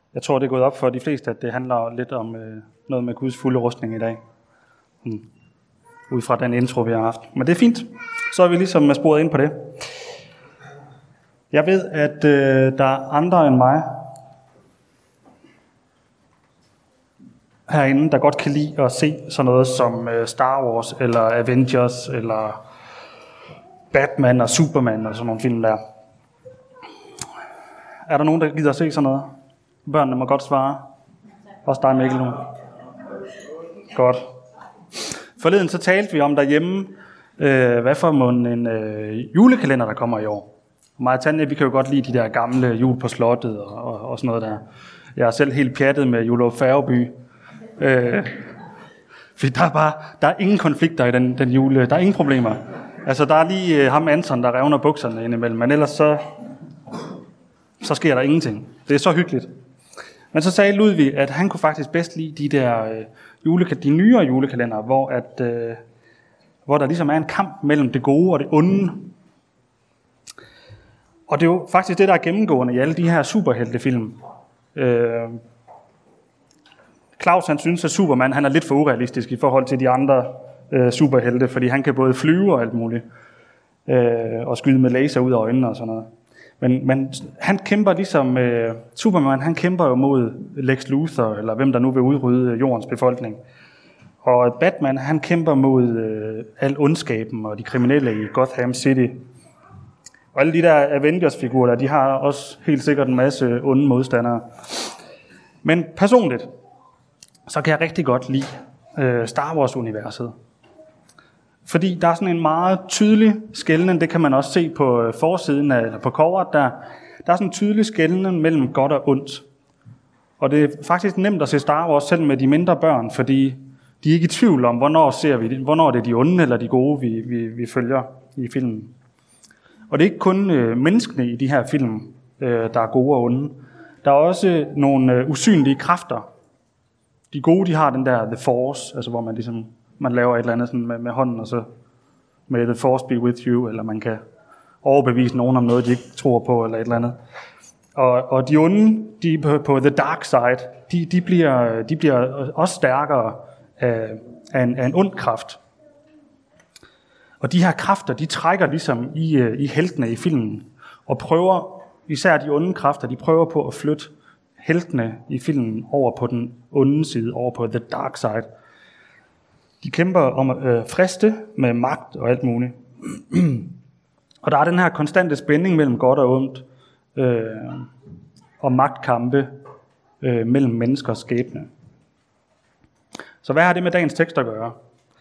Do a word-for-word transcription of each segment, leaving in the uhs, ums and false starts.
Jeg tror, det er gået op for de fleste, at det handler lidt om øh, noget med Guds fulde rustning i dag. Hmm. Ud fra den intro, vi har haft. Men det er fint. Så er vi ligesom sporet ind på det. Jeg ved, at øh, der er andre end mig herinde, der godt kan lide at se sådan noget som øh, Star Wars, eller Avengers, eller Batman og Superman og sådan nogle film der. Er der nogen, der gider at se sådan noget? Børnene må godt svare. Også dig, Mikkel, nu. Godt. Forleden så talte vi om derhjemme, øh, hvad for en øh, julekalender, der kommer i år. Mig og Tanja, vi kan jo godt lide de der gamle Jul på Slottet og, og, og sådan noget der. Jeg er selv helt pjattet med Jul Færgeby. Øh, fordi der er bare, der er ingen konflikter i den, den jule, der er ingen problemer. Altså, der er lige øh, ham Anton, der revner bukserne indimellem, men ellers så, så sker der ingenting. Det er så hyggeligt. Men så sagde Ludvig, at han kunne faktisk bedst lide de der øh, juleka- de nyere julekalender, hvor, at, øh, hvor der ligesom er en kamp mellem det gode og det onde. Og det er jo faktisk det, der er gennemgående i alle de her superheltefilm. Øh, Claus, han synes, at Superman han er lidt for urealistisk i forhold til de andre øh, superhelte, fordi han kan både flyve og alt muligt, øh, og skyde med laser ud af øjnene og sådan noget. Men, men han kæmper ligesom, øh, Superman han kæmper jo mod Lex Luthor, eller hvem der nu vil udrydde jordens befolkning. Og Batman han kæmper mod øh, al ondskaben og de kriminelle i Gotham City. Og alle de der Avengers-figurer, de har også helt sikkert en masse onde modstandere. Men personligt, så kan jeg rigtig godt lide øh, Star Wars-universet. Fordi der er sådan en meget tydelig skelnen, det kan man også se på forsiden af, eller på coveret der. Der er sådan en tydelig skelnen mellem godt og ondt. Og det er faktisk nemt at se Star Wars selv med de mindre børn, fordi de er ikke i tvivl om, hvornår ser vi det, hvornår det er de onde eller de gode, vi, vi, vi følger i filmen. Og det er ikke kun øh, menneskene i de her film, øh, der er gode og onde. Der er også nogle øh, usynlige kræfter. De gode, de har den der The Force, altså hvor man ligesom man laver et eller andet sådan med, med hånden, og så med The Force be with you, eller man kan overbevise nogen om noget, de ikke tror på, eller et eller andet. Og, og de onde, de på, på the dark side, de, de, bliver, de bliver også stærkere af, af, en, af en ond kraft. Og de her kræfter, de trækker ligesom i, i heltene i filmen, og prøver, især de onde kræfter, de prøver på at flytte heltene i filmen over på den onde side, over på the dark side. De kæmper om at øh, friste med magt og alt muligt. Og der er den her konstante spænding mellem godt og ondt, øh, og magtkampe øh, mellem menneskers skæbne. Så hvad har det med dagens tekst at gøre?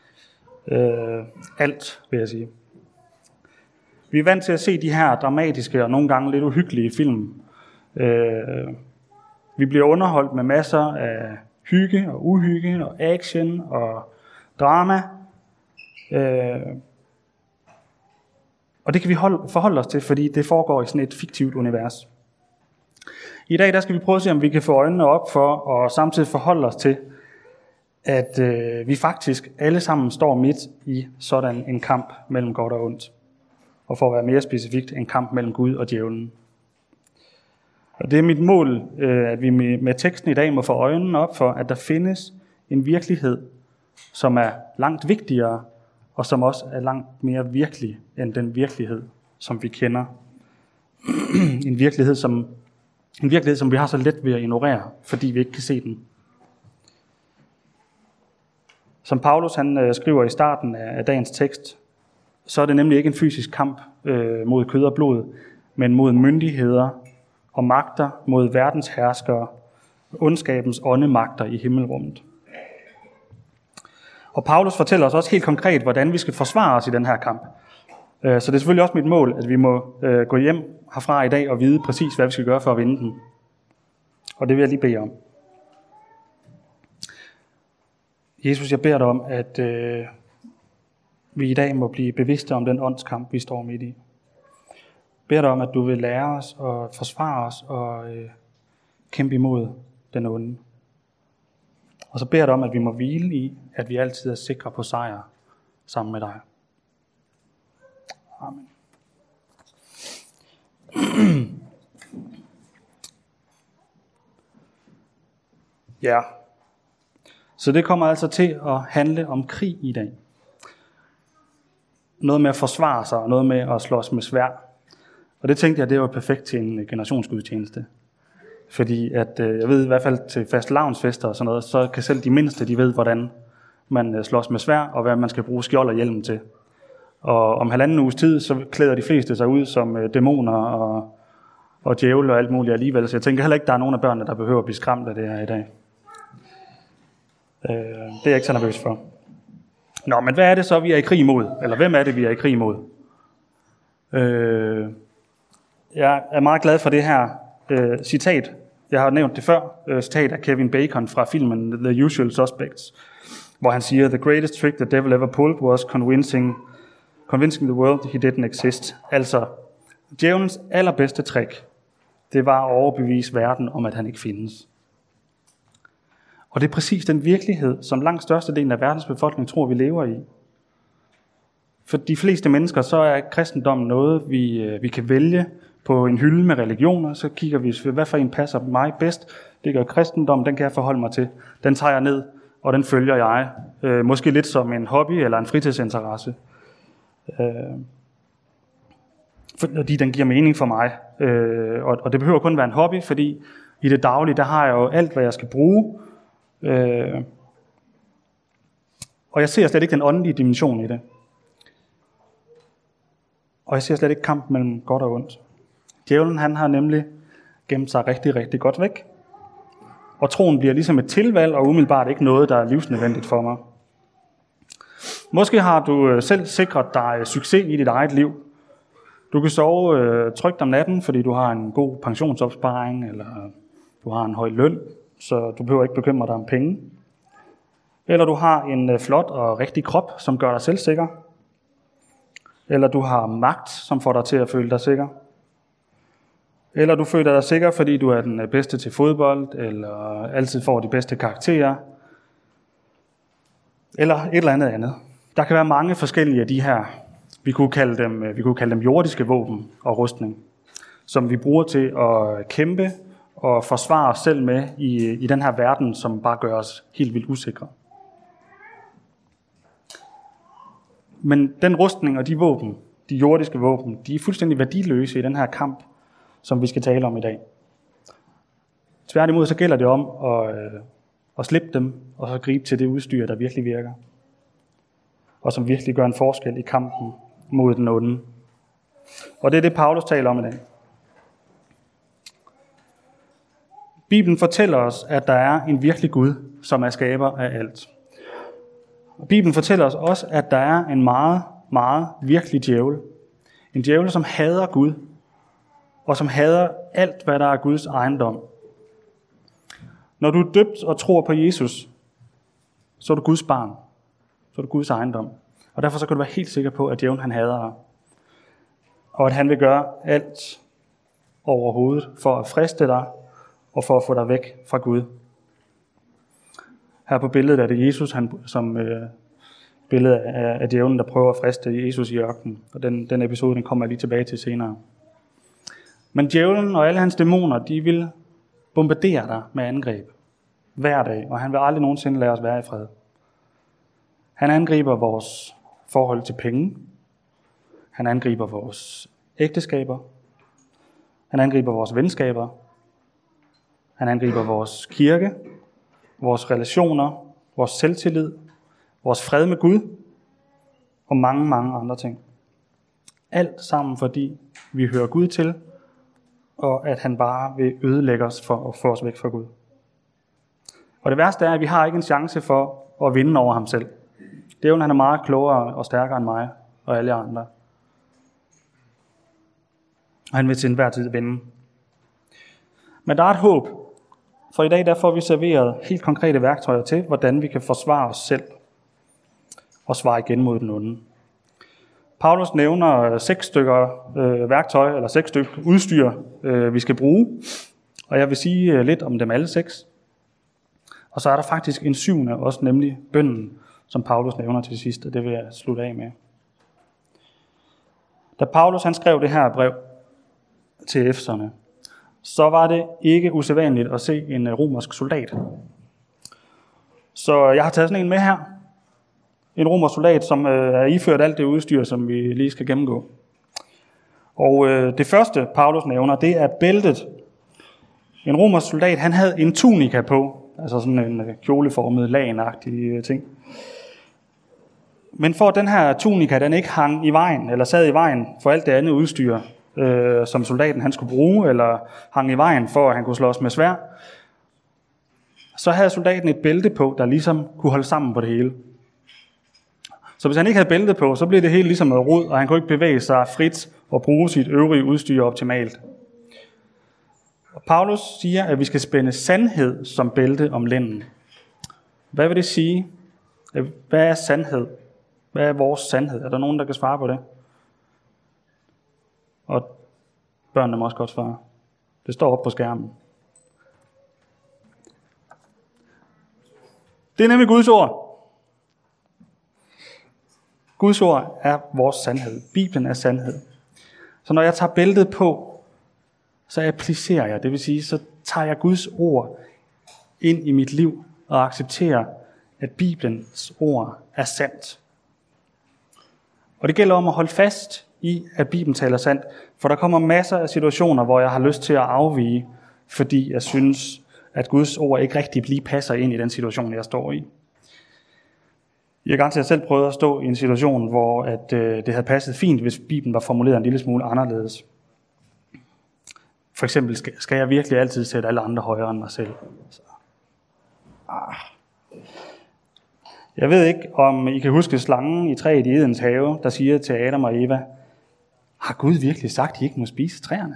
Øh, alt, vil jeg sige. Vi er vant til at se de her dramatiske og nogle gange lidt uhyggelige film. Øh, vi bliver underholdt med masser af hygge og uhygge og action og drama. Øh, og det kan vi holde, forholde os til, fordi det foregår i sådan et fiktivt univers. I dag der skal vi prøve at se, om vi kan få øjnene op for og samtidig forholde os til, at øh, vi faktisk alle sammen står midt i sådan en kamp mellem godt og ondt. Og for at være mere specifikt, en kamp mellem Gud og djævlen. Og det er mit mål, øh, at vi med, med teksten i dag må få øjnene op for, at der findes en virkelighed, som er langt vigtigere, og som også er langt mere virkelig end den virkelighed, som vi kender. en virkelighed, som en virkelighed, som vi har så let ved at ignorere, fordi vi ikke kan se den. Som Paulus han øh, skriver i starten af, af dagens tekst, så er det nemlig ikke en fysisk kamp øh, mod kød og blod, men mod myndigheder og magter, mod verdens herskere, ondskabens åndemagter i himmelrummet. Og Paulus fortæller os også helt konkret, hvordan vi skal forsvare os i den her kamp. Så det er selvfølgelig også mit mål, at vi må øh, gå hjem herfra i dag og vide præcis, hvad vi skal gøre for at vinde den. Og det vil jeg lige bede om. Jesus, jeg beder dig om, at øh, vi i dag må blive bevidste om den åndskamp, vi står midt i. Jeg beder dig om, at du vil lære os og forsvare os og øh, kæmpe imod den onde. Og så beder jeg dig om, at vi må hvile i, at vi altid er sikre på sejr sammen med dig. Amen. Ja. Så det kommer altså til at handle om krig i dag. Noget med at forsvare sig, og noget med at slås med sværd. Og det tænkte jeg, det var perfekt til en generationsgudstjeneste. Fordi at, jeg ved i hvert fald til fastelavnsfester og sådan noget, så kan selv de mindste, de ved, hvordan man slås med sværd, og hvad man skal bruge skjold og hjelm til. Og om halvanden uges tid, så klæder de fleste sig ud som dæmoner og, og djævle og alt muligt alligevel. Så jeg tænker heller ikke, der er nogen af børnene, der behøver at blive skræmt af det her i dag. Det er jeg ikke så nervøs for. Nå, men hvad er det så, vi er i krig mod? Eller hvem er det, vi er i krig mod? Øh, jeg er meget glad for det her øh, citat. Jeg har nævnt det før. Øh, citat af Kevin Bacon fra filmen The Usual Suspects, hvor han siger, "The greatest trick the devil ever pulled was convincing, convincing the world he didn't exist." Altså, djævelens allerbedste trick, det var at overbevise verden om, at han ikke findes. Og det er præcis den virkelighed, som langt størstedelen af verdens befolkning tror, vi lever i. For de fleste mennesker, så er kristendommen noget, vi, vi kan vælge på en hylde med religioner. Så kigger vi, hvad for en passer mig bedst. Det gør kristendommen, den kan jeg forholde mig til. Den tager jeg ned, og den følger jeg. Øh, måske lidt som en hobby eller en fritidsinteresse. Øh, fordi den giver mening for mig. Øh, og, og det behøver kun være en hobby, fordi i det daglige, der har jeg jo alt, hvad jeg skal bruge. Øh, og jeg ser slet ikke den åndelige dimension i det. Og jeg ser slet ikke kampen mellem godt og ondt. Djævlen, han har nemlig gemt sig rigtig, rigtig godt væk. Og troen bliver ligesom et tilvalg, og umiddelbart ikke noget, der er livsnødvendigt for mig. Måske har du selv sikret dig succes i dit eget liv. Du kan sove øh, trygt om natten, fordi du har en god pensionsopsparing, eller du har en høj løn, så du behøver ikke bekymre dig om penge. Eller du har en øh, flot og rigtig krop, som gør dig selvsikker. Eller du har magt, som får dig til at føle dig sikker. Eller du føler dig sikker, fordi du er den bedste til fodbold, eller altid får de bedste karakterer. Eller et eller andet andet. Der kan være mange forskellige af de her, vi kunne kalde dem, vi kunne kalde dem jordiske våben og rustning, som vi bruger til at kæmpe og forsvare os selv med i, i den her verden, som bare gør os helt vildt usikre. Men den rustning og de våben, de jordiske våben, de er fuldstændig værdiløse i den her kamp, som vi skal tale om i dag. Tværtimod så gælder det om at, øh, at slippe dem, og så gribe til det udstyr, der virkelig virker. Og som virkelig gør en forskel i kampen mod den onde. Og det er det, Paulus taler om i dag. Bibelen fortæller os, at der er en virkelig Gud, som er skaber af alt. Og Bibelen fortæller os også, at der er en meget, meget virkelig djævel. En djævel, som hader Gud, og som hader alt, hvad der er Guds ejendom. Når du er døbt og tror på Jesus, så er du Guds barn. Så er du Guds ejendom. Og derfor så kan du være helt sikker på, at djævlen han hader dig. Og at han vil gøre alt overhovedet for at friste dig, og for at få dig væk fra Gud. Her på billedet er det Jesus, han, som øh, billede af, af djævlen, der prøver at friste Jesus i ørkenen. Og den, den episode, den kommer jeg lige tilbage til senere. Men djævlen og alle hans dæmoner, de vil bombardere dig med angreb hver dag, og han vil aldrig nogensinde lade os være i fred. Han angriber vores forhold til penge. Han angriber vores ægteskaber. Han angriber vores venskaber. Han angriber vores kirke, vores relationer, vores selvtillid, vores fred med Gud og mange, mange andre ting. Alt sammen, fordi vi hører Gud til, og at han bare vil ødelægge os for at få os væk fra Gud. Og det værste er, at vi har ikke en chance for at vinde over ham selv. Djævlen han er meget klogere og stærkere end mig og alle andre. Og han vil til enhver tid vinde. Men der er et håb, for i dag der får vi serveret helt konkrete værktøjer til, hvordan vi kan forsvare os selv og svare igen mod den onde. Paulus nævner seks stykker øh, værktøj, eller seks stykker udstyr, øh, vi skal bruge. Og jeg vil sige øh, lidt om dem alle seks. Og så er der faktisk en syvende, også nemlig bønnen, som Paulus nævner til sidst, og det vil jeg slutte af med. Da Paulus han skrev det her brev til Efeserne, så var det ikke usædvanligt at se en romersk soldat Så jeg har taget sådan en med her. En romersk soldat, som øh, er iført alt det udstyr, som vi lige skal gennemgå. Og øh, det første, Paulus nævner, det er bæltet. En romersk soldat, han havde en tunika på, altså sådan en øh, kjoleformet, lagenagtig øh, ting. Men for at den her tunika, den ikke hang i vejen, eller sad i vejen for alt det andet udstyr, øh, som soldaten han skulle bruge, eller hang i vejen for, at han kunne slås med sværd, så havde soldaten et bælte på, der ligesom kunne holde sammen på det hele. Så hvis han ikke havde bælte på, så blev det hele ligesom noget rod, og han kunne ikke bevæge sig frit og bruge sit øvrige udstyr optimalt. Og Paulus siger, at vi skal spænde sandhed som bælte om lænden. Hvad vil det sige? Hvad er sandhed? Hvad er vores sandhed? Er der nogen, der kan svare på det? Og børnene må også godt svare. Det står oppe på skærmen. Det er nemlig Guds ord. Guds ord er vores sandhed. Bibelen er sandhed. Så når jeg tager bæltet på, så applicerer jeg. Det vil sige, så tager jeg Guds ord ind i mit liv og accepterer, at Bibelens ord er sandt. Og det gælder om at holde fast i, at Bibelen taler sandt. For der kommer masser af situationer, hvor jeg har lyst til at afvige, fordi jeg synes, at Guds ord ikke rigtig lige passer ind i den situation, jeg står i. Jeg har garanteret selv prøvet at stå i en situation, hvor at, øh, det havde passet fint, hvis Bibelen var formuleret en lille smule anderledes. For eksempel, skal, skal jeg virkelig altid sætte alle andre højere end mig selv? Så. Ah. Jeg ved ikke, om I kan huske slangen i træet i Edens have, der siger til Adam og Eva, har Gud virkelig sagt, at I ikke må spise træerne?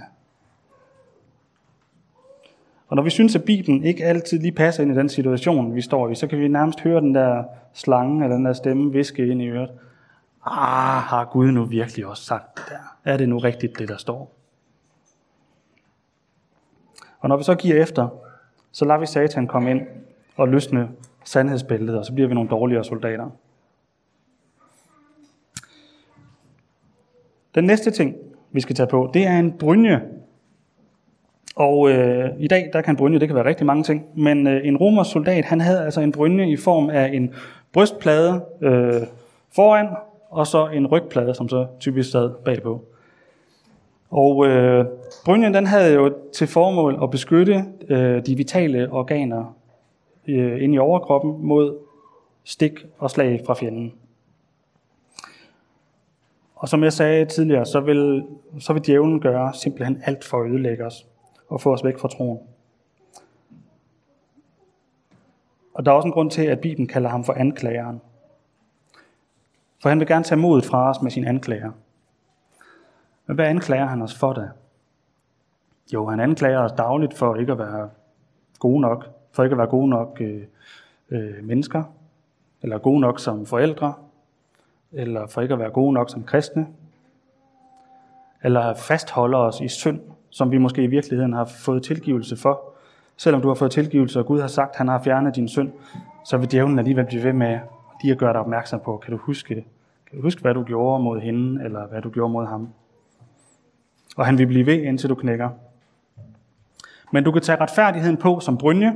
Og når vi synes, at Bibelen ikke altid lige passer ind i den situation, vi står i, så kan vi nærmest høre den der slange eller den der stemme viske ind i øret. Ah, har Gud nu virkelig også sagt det der? Er det nu rigtigt, det der står? Og når vi så giver efter, så lader vi Satan komme ind og løsne sandhedsbæltet, og så bliver vi nogle dårligere soldater. Den næste ting, vi skal tage på, det er en brynje. Og øh, i dag, der kan en brynje, det kan være rigtig mange ting, men øh, en romersk soldat, han havde altså en brynje i form af en brystplade øh, foran, og så en rygplade, som så typisk sad bagpå. Og øh, brynjen, den havde jo til formål at beskytte øh, de vitale organer øh, inde i overkroppen mod stik og slag fra fjenden. Og som jeg sagde tidligere, så vil, så vil djævlen gøre simpelthen alt for at ødelægge os og få os væk fra troen. Og der er også en grund til, at Bibelen kalder ham for anklageren. For han vil gerne tage modet fra os med sine anklager. Men hvad anklager han os for da? Jo, han anklager os dagligt for ikke at være gode nok, for ikke at være gode nok øh, øh, mennesker, eller gode nok som forældre, eller for ikke at være gode nok som kristne, eller fastholder os i synd, som vi måske i virkeligheden har fået tilgivelse for. Selvom du har fået tilgivelse, og Gud har sagt, at han har fjernet din synd, så vil djævlen alligevel blive ved med lige at gøre dig opmærksom på, kan du huske det? Kan du huske, hvad du gjorde mod hende, eller hvad du gjorde mod ham? Og han vil blive ved, indtil du knækker. Men du kan tage retfærdigheden på som brynje,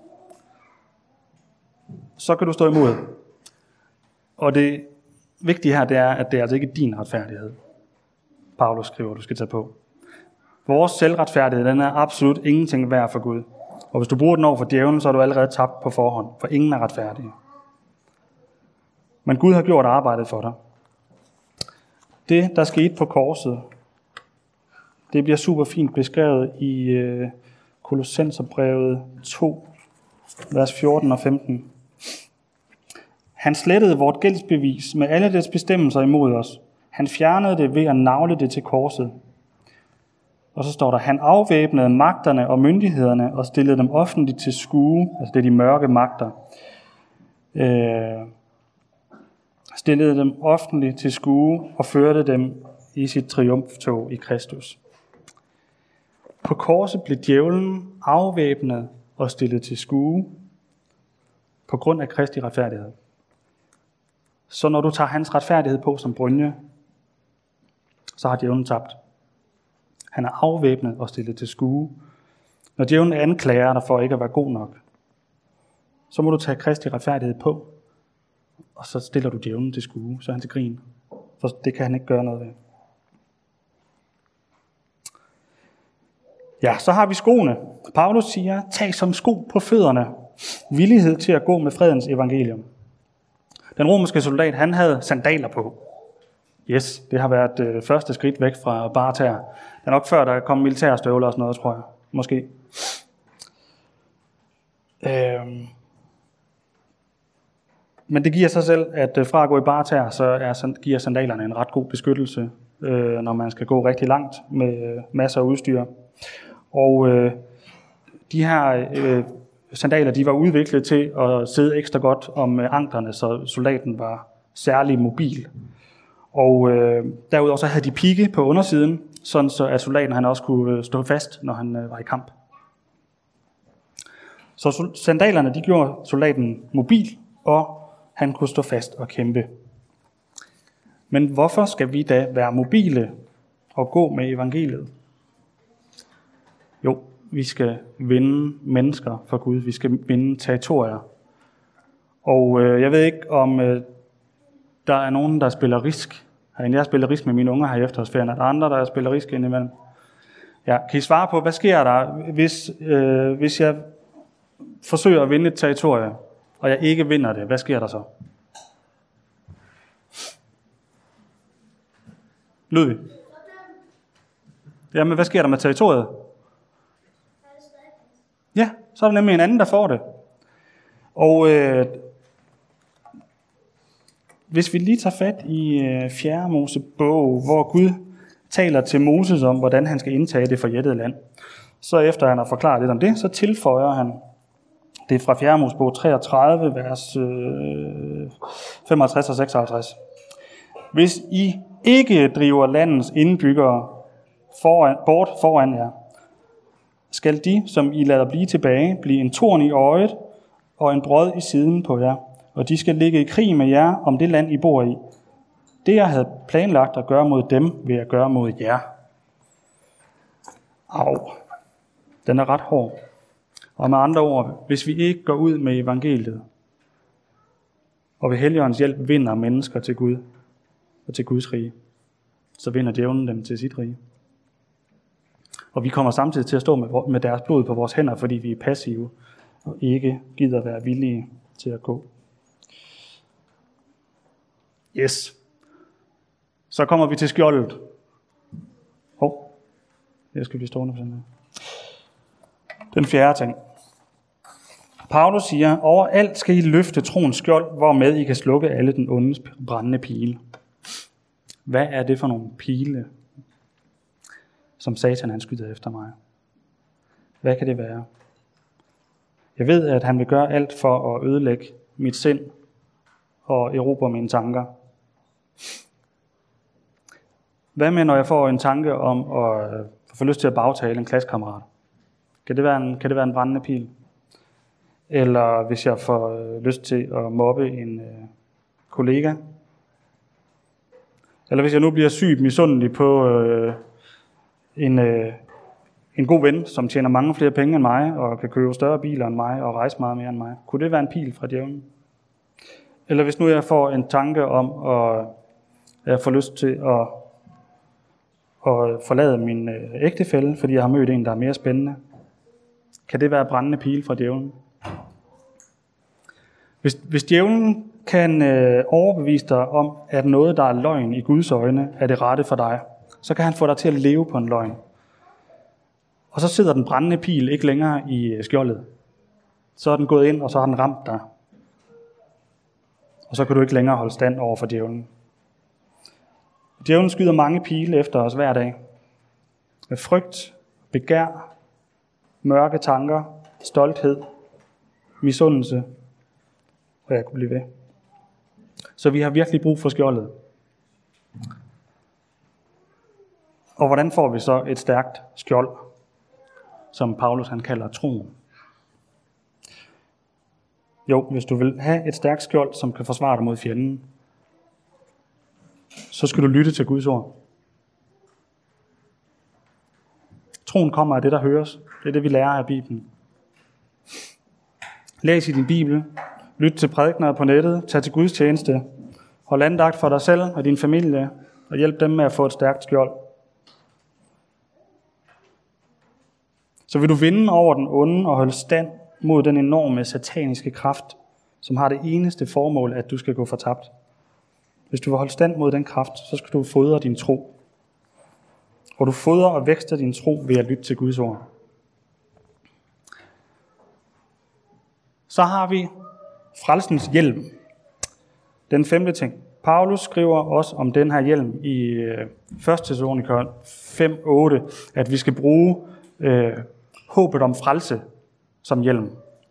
så kan du stå imod. Og det vigtige her, det er, at det er altså ikke din retfærdighed, Paulus skriver, du skal tage på. Vores selvretfærdighed, den er absolut ingenting værd for Gud. Og hvis du bruger den over for djævlen, så er du allerede tabt på forhånd, for ingen er retfærdige. Men Gud har gjort arbejdet for dig. Det, der skete på korset, det bliver super fint beskrevet i øh, Kolossenserbrevet to, vers fjorten og femten. Han slettede vort gældsbevis med alle dets bestemmelser imod os. Han fjernede det ved at nagle det til korset. Og så står der, han afvæbnede magterne og myndighederne og stillede dem offentligt til skue, altså det er de mørke magter, øh, stillede dem offentligt til skue og førte dem i sit triumftog i Kristus. På korset blev djævlen afvæbnet og stillet til skue på grund af Kristi retfærdighed. Så når du tager hans retfærdighed på som brynje, så har djævlen tabt. Han er afvæbnet og stillet til skue. Når djævlen anklager dig for ikke at være god nok, så må du tage Kristi retfærdighed på, og så stiller du djævlen til skue, så er han til grin. For det kan han ikke gøre noget ved. Ja, så har vi skoene. Paulus siger, tag som sko på fødderne, villighed til at gå med fredens evangelium. Den romerske soldat, han havde sandaler på. Yes, det har været øh, første skridt væk fra bare tæer. Det er nok før, der kom militærstøvler og sådan noget, tror jeg. Måske. Øhm. Men det giver sig selv, at øh, fra at gå i bare tæer, så er, giver sandalerne en ret god beskyttelse, øh, når man skal gå rigtig langt med øh, masser af udstyr. Og øh, de her øh, sandaler, de var udviklet til at sidde ekstra godt om øh, anklerne, så soldaten var særlig mobil. Og øh, derudover så havde de pigge på undersiden, sådan så at soldaten han også kunne øh, stå fast, når han øh, var i kamp. Så sandalerne, de gjorde soldaten mobil, og han kunne stå fast og kæmpe. Men hvorfor skal vi da være mobile og gå med evangeliet? Jo, vi skal vinde mennesker for Gud. Vi skal vinde territorier. Og øh, jeg ved ikke, om øh, der er nogen, der spiller risk. Jeg spiller risk med mine unger her i efterårsferien. Er der andre, der spiller risk indimellem? Ja, kan I svare på, hvad sker der, hvis, øh, hvis jeg forsøger at vinde et territorie, og jeg ikke vinder det? Hvad sker der så? Ludvig? Jamen, hvad sker der med territoriet? Ja, så er der nemlig en anden, der får det. Og øh, hvis vi lige tager fat i øh, fjerde Mosebog, hvor Gud taler til Moses om, hvordan han skal indtage det forjættede land, så efter han har forklaret lidt om det, så tilføjer han, det er fra fjerde Mosebog treogtredive, vers øh, femoghalvtreds og seksoghalvtreds. Hvis I ikke driver landets indbyggere foran, bort foran jer, skal de, som I lader blive tilbage, blive en torn i øjet og en brod i siden på jer, og de skal ligge i krig med jer om det land, I bor i. Det, jeg havde planlagt at gøre mod dem, vil jeg gøre mod jer. Au, den er ret hård. Og med andre ord, hvis vi ikke går ud med evangeliet, og ved Helligåndens hjælp vinder mennesker til Gud og til Guds rige, så vinder djævlen dem til sit rige. Og vi kommer samtidig til at stå med, med deres blod på vores hænder, fordi vi er passive og ikke gider være villige til at gå. Yes. Så kommer vi til skjoldet. Hov, oh, jeg skal blive stående på sådan her. Den fjerde ting. Paulus siger, overalt skal I løfte troens skjold, hvormed I kan slukke alle den ondes brændende pile. Hvad er det for nogle pile, som Satan han skyder efter mig? Hvad kan det være? Jeg ved, at han vil gøre alt for at ødelægge mit sind og erobre mine tanker. Hvad med, når jeg får en tanke om at få lyst til at bagtale en klassekammerat? Kan det være en, kan det være en brændende pil? Eller hvis jeg får lyst til at mobbe en øh, kollega? Eller hvis jeg nu bliver sygt misundelig på øh, en, øh, en god ven, som tjener mange flere penge end mig, og kan købe større biler end mig, og rejse meget mere end mig. Kunne det være en pil fra djævlen? Eller hvis nu jeg får en tanke om, at jeg får lyst til at, at forlade min øh, ægtefælle, fordi jeg har mødt en, der er mere spændende. Kan det være brændende pil fra djævlen? Hvis, hvis djævlen kan øh, overbevise dig om, at noget, der er løgn i Guds øjne, er det rette for dig, så kan han få dig til at leve på en løgn. Og så sidder den brændende pil ikke længere i skjoldet. Så er den gået ind, og så har den ramt dig. Og så kan du ikke længere holde stand over for djævlen. Djævlen skyder mange pile efter os hver dag. Med frygt, begær, mørke tanker, stolthed, misundelse, og jeg kunne blive ved. Så vi har virkelig brug for skjoldet. Og hvordan får vi så et stærkt skjold, som Paulus han kalder troen? Jo, hvis du vil have et stærkt skjold, som kan forsvare dig mod fjenden, så skal du lytte til Guds ord. Troen kommer af det, der høres. Det er det, vi lærer af Bibelen. Læs i din Bibel. Lyt til prædikener på nettet. Tag til Guds tjeneste. Hold andagt for dig selv og din familie. Og hjælp dem med at få et stærkt skjold. Så vil du vinde over den onde og holde stand mod den enorme sataniske kraft, som har det eneste formål, at du skal gå fortabt. Hvis du vil holde stand mod den kraft, så skal du fodre din tro. Og du fodrer og vækster din tro ved at lytte til Guds ord. Så har vi frelsens hjelm. Den femte ting. Paulus skriver også om den her hjelm i første Thessaloniker fem otte, at vi skal bruge øh, håbet om frelse som hjelm.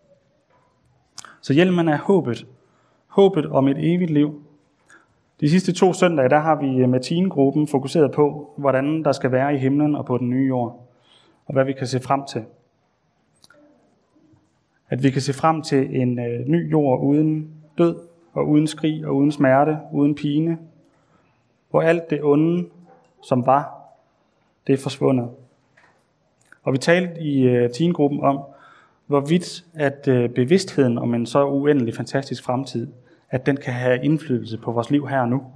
Så hjelmen er håbet. Håbet om et evigt liv. De sidste to søndage, der har vi med teengruppen fokuseret på, hvordan der skal være i himlen og på den nye jord. Og hvad vi kan se frem til. At vi kan se frem til en øh, ny jord uden død, og uden skrig, og uden smerte, uden pine. Hvor alt det onde, som var, det er forsvundet. Og vi talte i øh, teengruppen om, hvorvidt at øh, bevidstheden om en så uendelig fantastisk fremtid, at den kan have indflydelse på vores liv her og nu.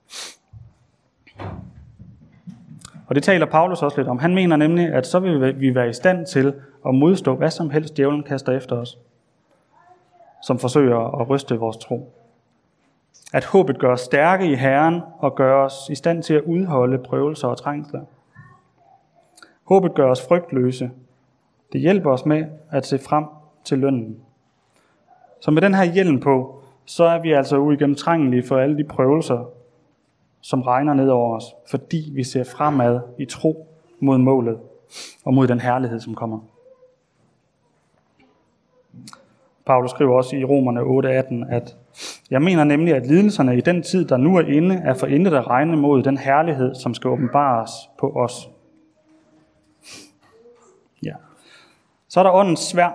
Og det taler Paulus også lidt om. Han mener nemlig, at så vil vi være i stand til at modstå hvad som helst djævlen kaster efter os, som forsøger at ryste vores tro. At håbet gør os stærke i Herren og gør os i stand til at udholde prøvelser og trængsler. Håbet gør os frygtløse. Det hjælper os med at se frem til lønnen. Så med den her hjelm på, så er vi altså uigennemtrængelige for alle de prøvelser, som regner ned over os, fordi vi ser fremad i tro mod målet og mod den herlighed, som kommer. Paulus skriver også i Romerne otte atten, at jeg mener nemlig, at lidelserne i den tid, der nu er inde, er for intet at regne mod den herlighed, som skal åbenbares på os. Ja. Så er der åndens sværd.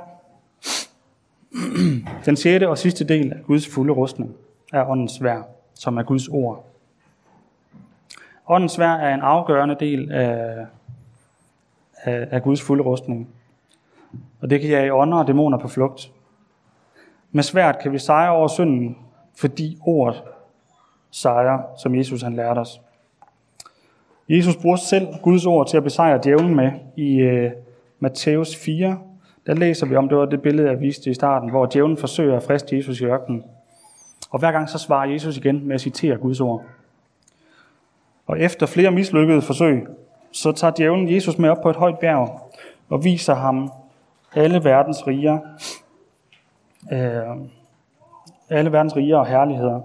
Den sjette og sidste del af Guds fulde rustning er åndens sværd, som er Guds ord. Åndens sværd er en afgørende del af, af, af Guds fulde rustning. Og det kan jage ånder og dæmoner på flugt. Med sværd kan vi sejre over synden, fordi ordet sejrer, som Jesus han lærte os. Jesus bruger selv Guds ord til at besejre djævlen med i uh, Matthæus fire. Der læser vi om, det var det billede, jeg viste i starten, hvor djævlen forsøger at friste Jesus i ørkenen. Og hver gang så svarer Jesus igen med at citere Guds ord. Og efter flere mislykkede forsøg, så tager djævlen Jesus med op på et højt bjerg og viser ham alle verdens riger, øh, alle verdens riger og herligheder.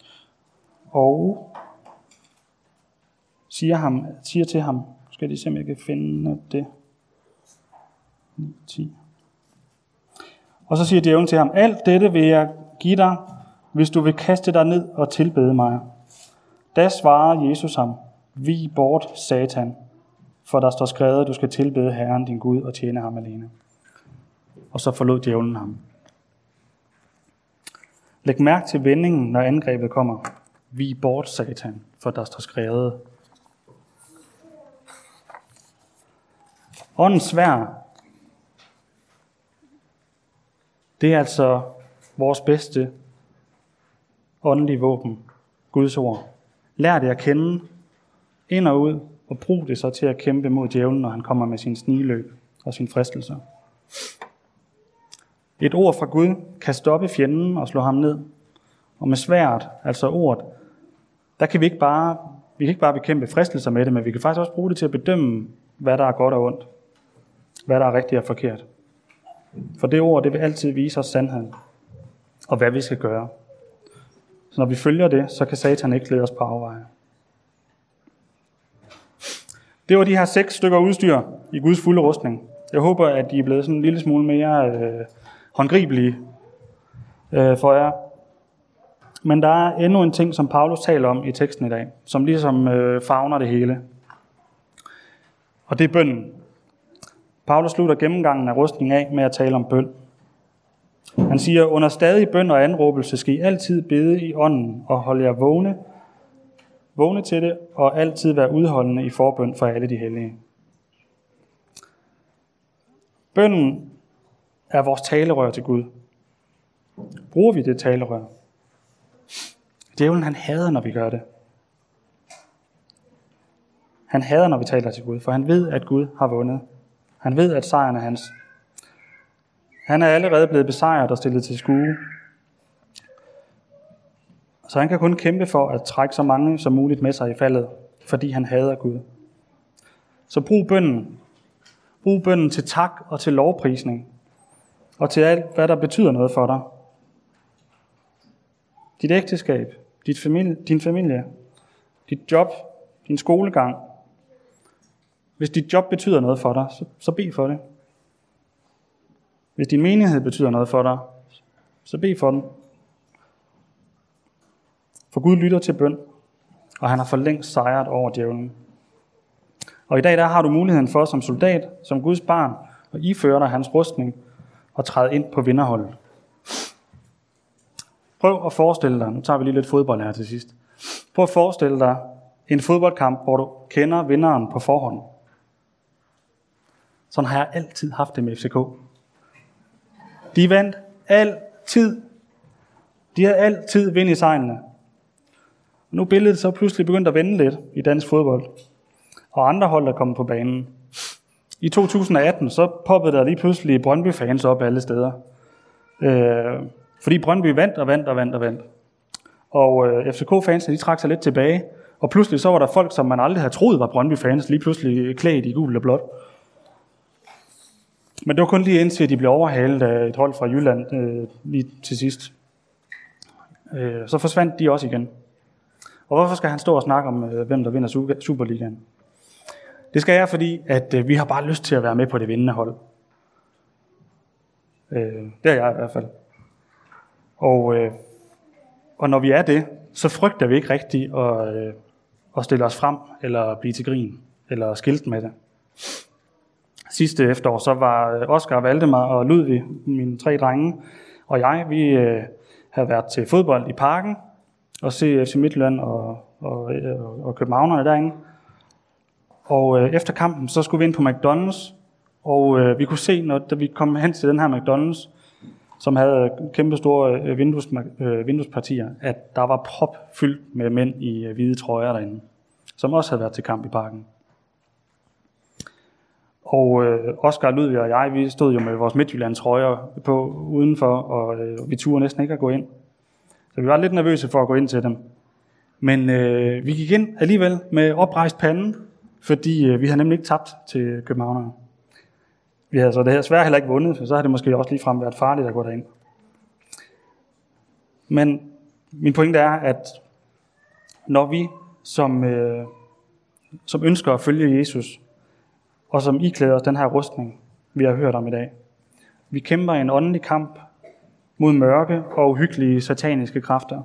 Og siger, ham, siger til ham, skal de se, om jeg kan finde det. ni, ti. Og så siger djævlen til ham, alt dette vil jeg give dig, hvis du vil kaste dig ned og tilbede mig. Da svarer Jesus ham, vig bort, Satan, for der står skrevet, at du skal tilbede Herren din Gud og tjene ham alene. Og så forlod djævlen ham. Læg mærke til vendingen, når angrebet kommer. Vig bort, Satan, for der står skrevet. Åndens sværd, det er altså vores bedste åndelige våben, Guds ord. Lær det at kende ind og ud, og brug det så til at kæmpe mod djævlen, når han kommer med sin snigløb og sin fristelser. Et ord fra Gud kan stoppe fjenden og slå ham ned. Og med sværdet, altså ordet, der kan vi ikke bare, vi kan ikke bare bekæmpe fristelser med det, men vi kan faktisk også bruge det til at bedømme, hvad der er godt og ondt. Hvad der er rigtigt og forkert. For det ord, det vil altid vise os sandheden, og hvad vi skal gøre. Så når vi følger det, så kan Satan ikke lede os på afveje. Det var de her seks stykker udstyr i Guds fulde rustning. Jeg håber, at de er blevet sådan en lille smule mere øh, håndgribelige øh, for jer. Men der er endnu en ting, som Paulus taler om i teksten i dag, som ligesom øh, favner det hele. Og det er bønnen. Paulus slutter gennemgangen af rustningen af med at tale om bøn. Han siger, under stadig bøn og anråbelse skal I altid bede i ånden og holde jer vågne, vågne til det og altid være udholdende i forbøn for alle de hellige. Bønnen er vores talerør til Gud. Bruger vi det talerør? Djævlen, han hader, når vi gør det. Han hader, når vi taler til Gud, for han ved, at Gud har vundet. Han ved, at sejren er hans. Han er allerede blevet besejret og stillet til skue. Så han kan kun kæmpe for at trække så mange som muligt med sig i faldet, fordi han hader Gud. Så brug bønnen. Brug bønnen til tak og til lovprisning. Og til alt, hvad der betyder noget for dig. Dit ægteskab, dit familie, din familie, dit job, din skolegang. Hvis dit job betyder noget for dig, så, så bed for det. Hvis din menighed betyder noget for dig, så bed for den. For Gud lytter til bøn, og han har for længst sejret over djævlen. Og i dag der har du muligheden for som soldat, som Guds barn, at iføre dig hans rustning og træde ind på vinderholdet. Prøv at forestille dig, nu tager vi lige lidt fodbold her til sidst. Prøv at forestille dig en fodboldkamp, hvor du kender vinderen på forhånd. Sådan har jeg altid haft det med F C K. De vandt altid. De havde altid vind i sejlene. Nu er billedet så pludselig begyndt at vende lidt i dansk fodbold. Og andre hold er kommet på banen. I to tusind atten så poppede der lige pludselig Brøndby-fans op alle steder. Øh, fordi Brøndby vandt og vandt og vandt og vandt. Og øh, F C K-fansene de trak sig lidt tilbage. Og pludselig så var der folk, som man aldrig havde troet var Brøndby-fans, lige pludselig klædt i gul og blåt. Men det var kun lige indtil de blev overhalet af et hold fra Jylland øh, lige til sidst. Øh, så forsvandt de også igen. Og hvorfor skal han stå og snakke om, øh, hvem der vinder Superligaen? Det skal jeg, fordi at øh, vi har bare lyst til at være med på det vindende hold. Øh, det er jeg i hvert fald. Og, øh, og når vi er det, så frygter vi ikke rigtigt at, øh, at stille os frem, eller blive til grin, eller skilte med det. Sidste efterår, så var Oscar, Valdemar og Ludvig, mine tre drenge, og jeg, vi øh, havde været til fodbold i parken, og se F C Midtjylland og, og, og, og københavnerne derinde. Og øh, efter kampen, så skulle vi ind på McDonald's, og øh, vi kunne se, når da vi kom hen til den her McDonald's, som havde kæmpe store øh, vindues, øh, vinduespartier, at der var propfyldt med mænd i øh, hvide trøjer derinde, som også havde været til kamp i parken. Og øh, Oscar, Ludvig og jeg, vi stod jo med vores Midtjyllands trøjer på udenfor, og øh, vi turde næsten ikke at gå ind. Så vi var lidt nervøse for at gå ind til dem. Men øh, vi gik ind alligevel med oprejst pande, fordi øh, vi havde nemlig ikke tabt til københavnerne. Vi havde så det her svært heller ikke vundet, for så havde det måske også ligefrem været farligt at gå derind. Men min pointe er, at når vi som, øh, som ønsker at følge Jesus, og som iklæder os den her rustning, vi har hørt om i dag, vi kæmper en åndelig kamp mod mørke og uhyggelige sataniske kræfter.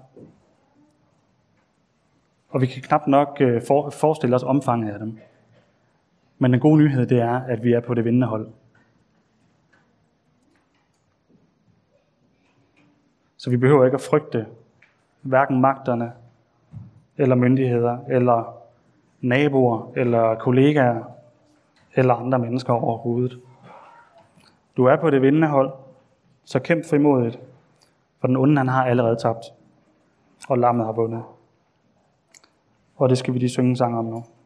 Og vi kan knap nok øh, for, forestille os omfanget af dem. Men den gode nyhed, det er, at vi er på det vindende hold. Så vi behøver ikke at frygte hverken magterne, eller myndigheder, eller naboer, eller kollegaer, eller andre mennesker overhovedet. Du er på det vindende hold, så kæmp frimodigt, for den onde han har allerede tabt, og lammet har vundet. Og det skal vi lige synge en sang om nu.